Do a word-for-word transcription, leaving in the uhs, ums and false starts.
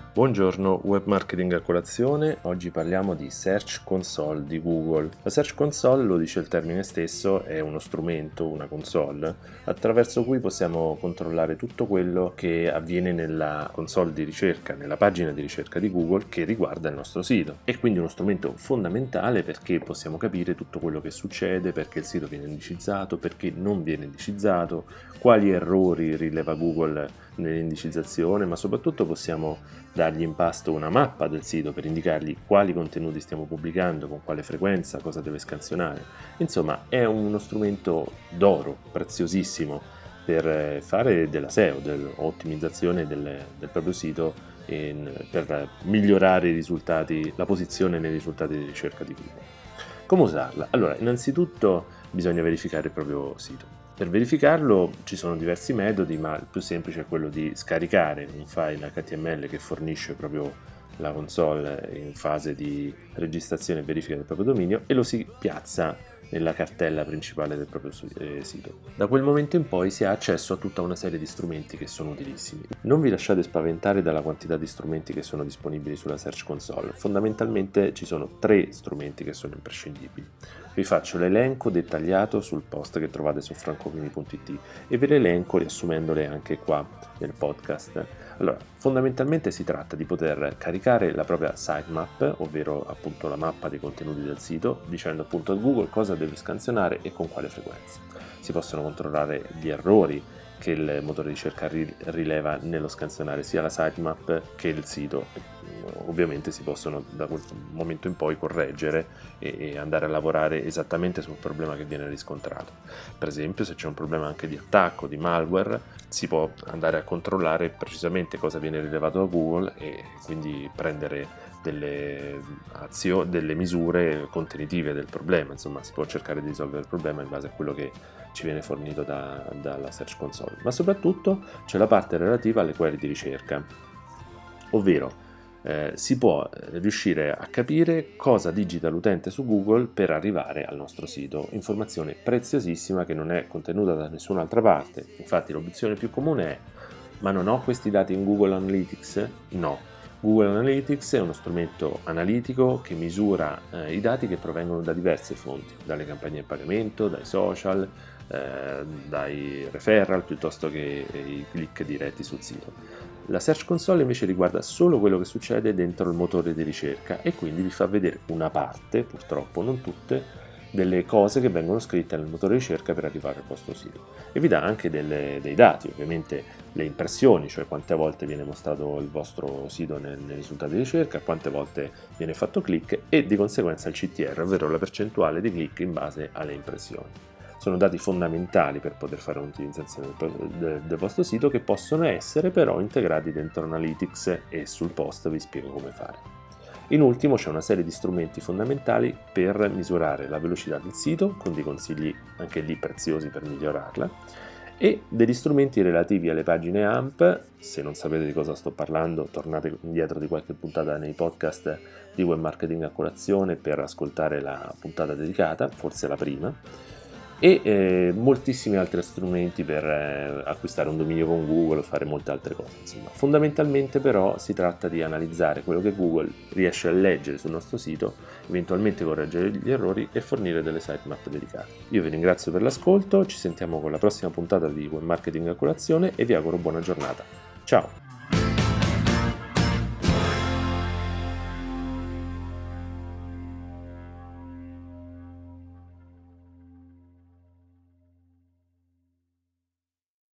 Buongiorno, Web Marketing a colazione. Oggi parliamo di Search Console di Google. La Search Console, lo dice il termine stesso, è uno strumento, una console, attraverso cui possiamo controllare tutto quello che avviene nella console di ricerca, nella pagina di ricerca di Google che riguarda il nostro sito. È quindi uno strumento fondamentale perché possiamo capire tutto quello che succede, perché il sito viene indicizzato, perché non viene indicizzato, quali errori rileva Google nell'indicizzazione, ma soprattutto possiamo dargli in pasto una mappa del sito per indicargli quali contenuti stiamo pubblicando, con quale frequenza, cosa deve scansionare. Insomma, è uno strumento d'oro, preziosissimo, per fare della S E O, dell'ottimizzazione del, del proprio sito, in, per migliorare i risultati, la posizione nei risultati di ricerca di Google. Come usarla? Allora, innanzitutto bisogna verificare il proprio sito. Per verificarlo ci sono diversi metodi, ma il più semplice è quello di scaricare un file H T M L che fornisce proprio la console in fase di registrazione e verifica del proprio dominio e lo si piazza nella cartella principale del proprio sito. Da quel momento in poi si ha accesso a tutta una serie di strumenti che sono utilissimi. Non vi lasciate spaventare dalla quantità di strumenti che sono disponibili sulla Search Console. Fondamentalmente ci sono tre strumenti che sono imprescindibili. Vi faccio l'elenco dettagliato sul post che trovate su francomini punto it e ve l'elenco riassumendole anche qua nel podcast. Allora, fondamentalmente si tratta di poter caricare la propria sitemap, ovvero appunto la mappa dei contenuti del sito, dicendo appunto a Google cosa deve scansionare e con quale frequenza. Si possono controllare gli errori che il motore di ricerca rileva nello scansionare sia la sitemap che il sito. Ovviamente si possono da quel momento in poi correggere e andare a lavorare esattamente sul problema che viene riscontrato. Per esempio, se c'è un problema anche di attacco, di malware, si può andare a controllare precisamente cosa viene rilevato da Google e quindi prendere delle azioni, delle misure contenitive del problema. Insomma, si può cercare di risolvere il problema in base a quello che ci viene fornito da, dalla Search Console. Ma soprattutto c'è la parte relativa alle query di ricerca, ovvero Eh, si può riuscire a capire cosa digita l'utente su Google per arrivare al nostro sito, informazione preziosissima che non è contenuta da nessun'altra parte. Infatti l'obiezione più comune è: ma non ho questi dati in Google Analytics? No, Google Analytics è uno strumento analitico che misura eh, i dati che provengono da diverse fonti, dalle campagne a pagamento, dai social, eh, dai referral piuttosto che i click diretti sul sito. La Search Console invece riguarda solo quello che succede dentro il motore di ricerca e quindi vi fa vedere una parte, purtroppo non tutte, delle cose che vengono scritte nel motore di ricerca per arrivare al vostro sito. E vi dà anche delle, dei dati, ovviamente le impressioni, cioè quante volte viene mostrato il vostro sito nei, nei risultati di ricerca, quante volte viene fatto click e di conseguenza il C T R, ovvero la percentuale di click in base alle impressioni. Sono dati fondamentali per poter fare un'utilizzazione del, del vostro sito, che possono essere però integrati dentro Analytics e sul post vi spiego come fare. In ultimo c'è una serie di strumenti fondamentali per misurare la velocità del sito, con dei consigli anche lì preziosi per migliorarla, e degli strumenti relativi alle pagine A M P. Se non sapete di cosa sto parlando, tornate indietro di qualche puntata nei podcast di Web Marketing a colazione per ascoltare la puntata dedicata, forse la prima, e eh, moltissimi altri strumenti per eh, acquistare un dominio con Google o fare molte altre cose. Insomma, fondamentalmente però si tratta di analizzare quello che Google riesce a leggere sul nostro sito, eventualmente correggere gli errori e fornire delle sitemap dedicate. Io vi ringrazio per l'ascolto, ci sentiamo con la prossima puntata di Web Marketing a colazione e vi auguro buona giornata. Ciao!